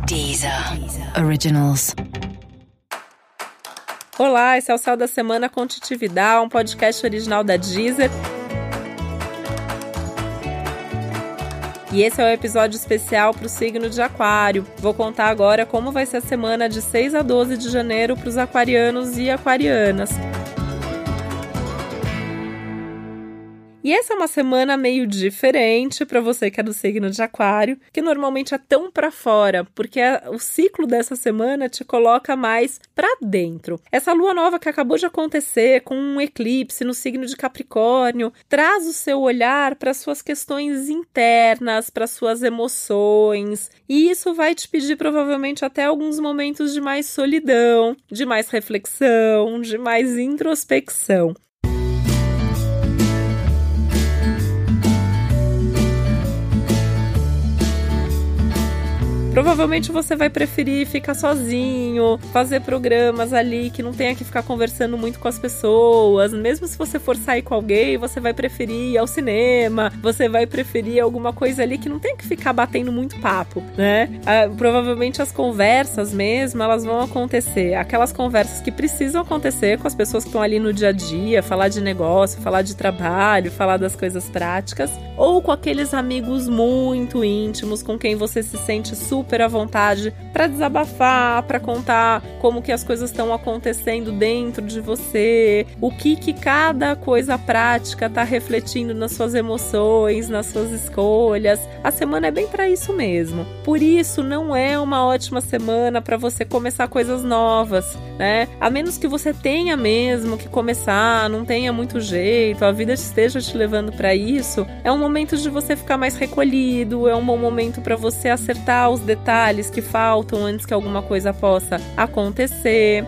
Deezer Originals. Olá, esse é o Céu da Semana com Titi Vidal, um podcast original da Deezer. E esse é o episódio especial para o signo de Aquário. Vou contar agora como vai ser a semana de 6 a 12 de janeiro para os aquarianos e aquarianas. E essa é uma semana meio diferente para você que é do signo de Aquário, que normalmente é tão para fora, porque o ciclo dessa semana te coloca mais para dentro. Essa lua nova que acabou de acontecer com um eclipse no signo de Capricórnio, traz o seu olhar para suas questões internas, para suas emoções, e isso vai te pedir provavelmente até alguns momentos de mais solidão, de mais reflexão, de mais introspecção. Provavelmente você vai preferir ficar sozinho, fazer programas ali que não tenha que ficar conversando muito com as pessoas. Mesmo se você for sair com alguém, você vai preferir ir ao cinema, você vai preferir alguma coisa ali que não tem que ficar batendo muito papo, né? Provavelmente as conversas mesmo, elas vão acontecer. Aquelas conversas que precisam acontecer com as pessoas que estão ali no dia a dia, falar de negócio, falar de trabalho, falar das coisas práticas, ou com aqueles amigos muito íntimos com quem você se sente super à vontade para desabafar, para contar como que as coisas estão acontecendo dentro de você, o que cada coisa prática está refletindo nas suas emoções, nas suas escolhas. A semana é bem para isso mesmo. Por isso, não é uma ótima semana para você começar coisas novas, né? A menos que você tenha mesmo que começar, não tenha muito jeito, a vida esteja te levando para isso, é um momento de você ficar mais recolhido, é um bom momento para você acertar os detalhes que faltam antes que alguma coisa possa acontecer.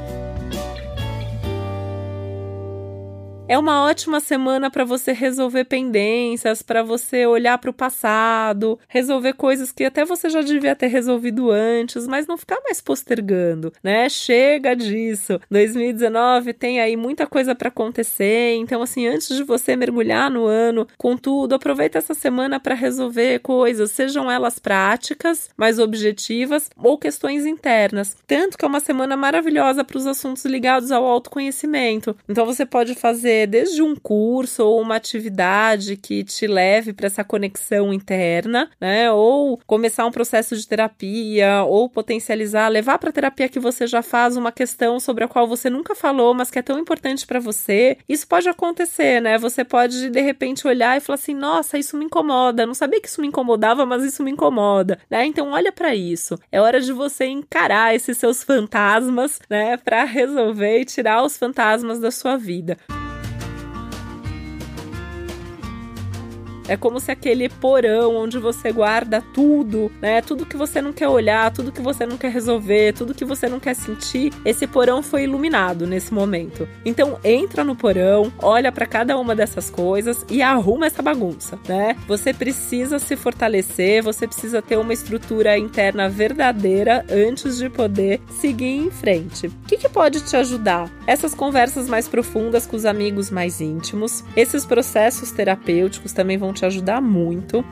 É uma ótima semana para você resolver pendências, para você olhar para o passado, resolver coisas que até você já devia ter resolvido antes, mas não ficar mais postergando, né? Chega disso. 2019 tem aí muita coisa para acontecer, então assim, antes de você mergulhar no ano com tudo, aproveita essa semana para resolver coisas, sejam elas práticas, mais objetivas ou questões internas. Tanto que é uma semana maravilhosa para os assuntos ligados ao autoconhecimento. Então você pode fazer desde um curso ou uma atividade que te leve para essa conexão interna, né? Ou começar um processo de terapia, ou potencializar, levar para a terapia que você já faz uma questão sobre a qual você nunca falou, mas que é tão importante para você. Isso pode acontecer, né? Você pode, de repente, olhar e falar assim, nossa, isso me incomoda. Não sabia que isso me incomodava, mas isso me incomoda, né? Então, olha para isso. É hora de você encarar esses seus fantasmas, né? Para resolver e tirar os fantasmas da sua vida. É como se aquele porão onde você guarda tudo, né? Tudo que você não quer olhar, tudo que você não quer resolver, tudo que você não quer sentir, esse porão foi iluminado nesse momento. Então entra no porão, olha para cada uma dessas coisas e arruma essa bagunça, né? Você precisa se fortalecer, você precisa ter uma estrutura interna verdadeira antes de poder seguir em frente. O que pode te ajudar? Essas conversas mais profundas com os amigos mais íntimos, esses processos terapêuticos também vão te ajudar muito.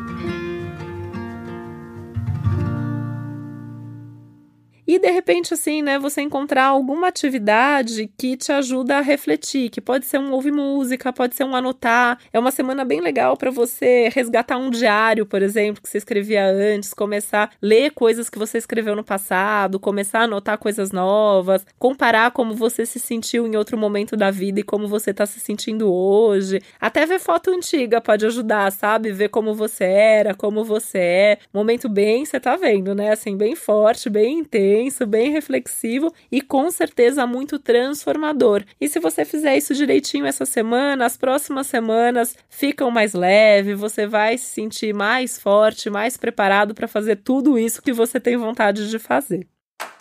E de repente assim, né, você encontrar alguma atividade que te ajuda a refletir, que pode ser um ouvir música, pode ser um anotar. É uma semana bem legal para você resgatar um diário, por exemplo, que você escrevia antes, começar a ler coisas que você escreveu no passado, começar a anotar coisas novas, comparar como você se sentiu em outro momento da vida e como você está se sentindo hoje. Até ver foto antiga pode ajudar, sabe? Ver como você era, como você é. Momento bem, você tá vendo, né? Assim, bem forte, bem intenso, bem reflexivo e com certeza muito transformador. E se você fizer isso direitinho essa semana, as próximas semanas ficam mais leves, você vai se sentir mais forte, mais preparado para fazer tudo isso que você tem vontade de fazer.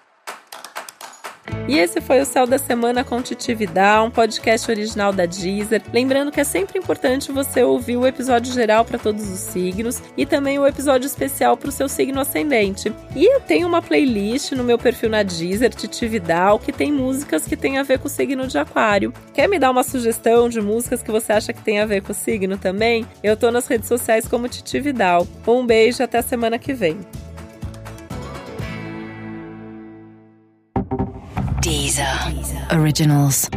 E esse foi o Céu da Semana com Titi Vidal, um podcast original da Deezer. Lembrando que é sempre importante você ouvir o episódio geral para todos os signos e também o episódio especial para o seu signo ascendente. E eu tenho uma playlist no meu perfil na Deezer, Titi Vidal, que tem músicas que tem a ver com o signo de Aquário. Quer me dar uma sugestão de músicas que você acha que tem a ver com o signo também? Eu tô nas redes sociais como Titi Vidal. Um beijo e até a semana que vem. Deezer. Originals.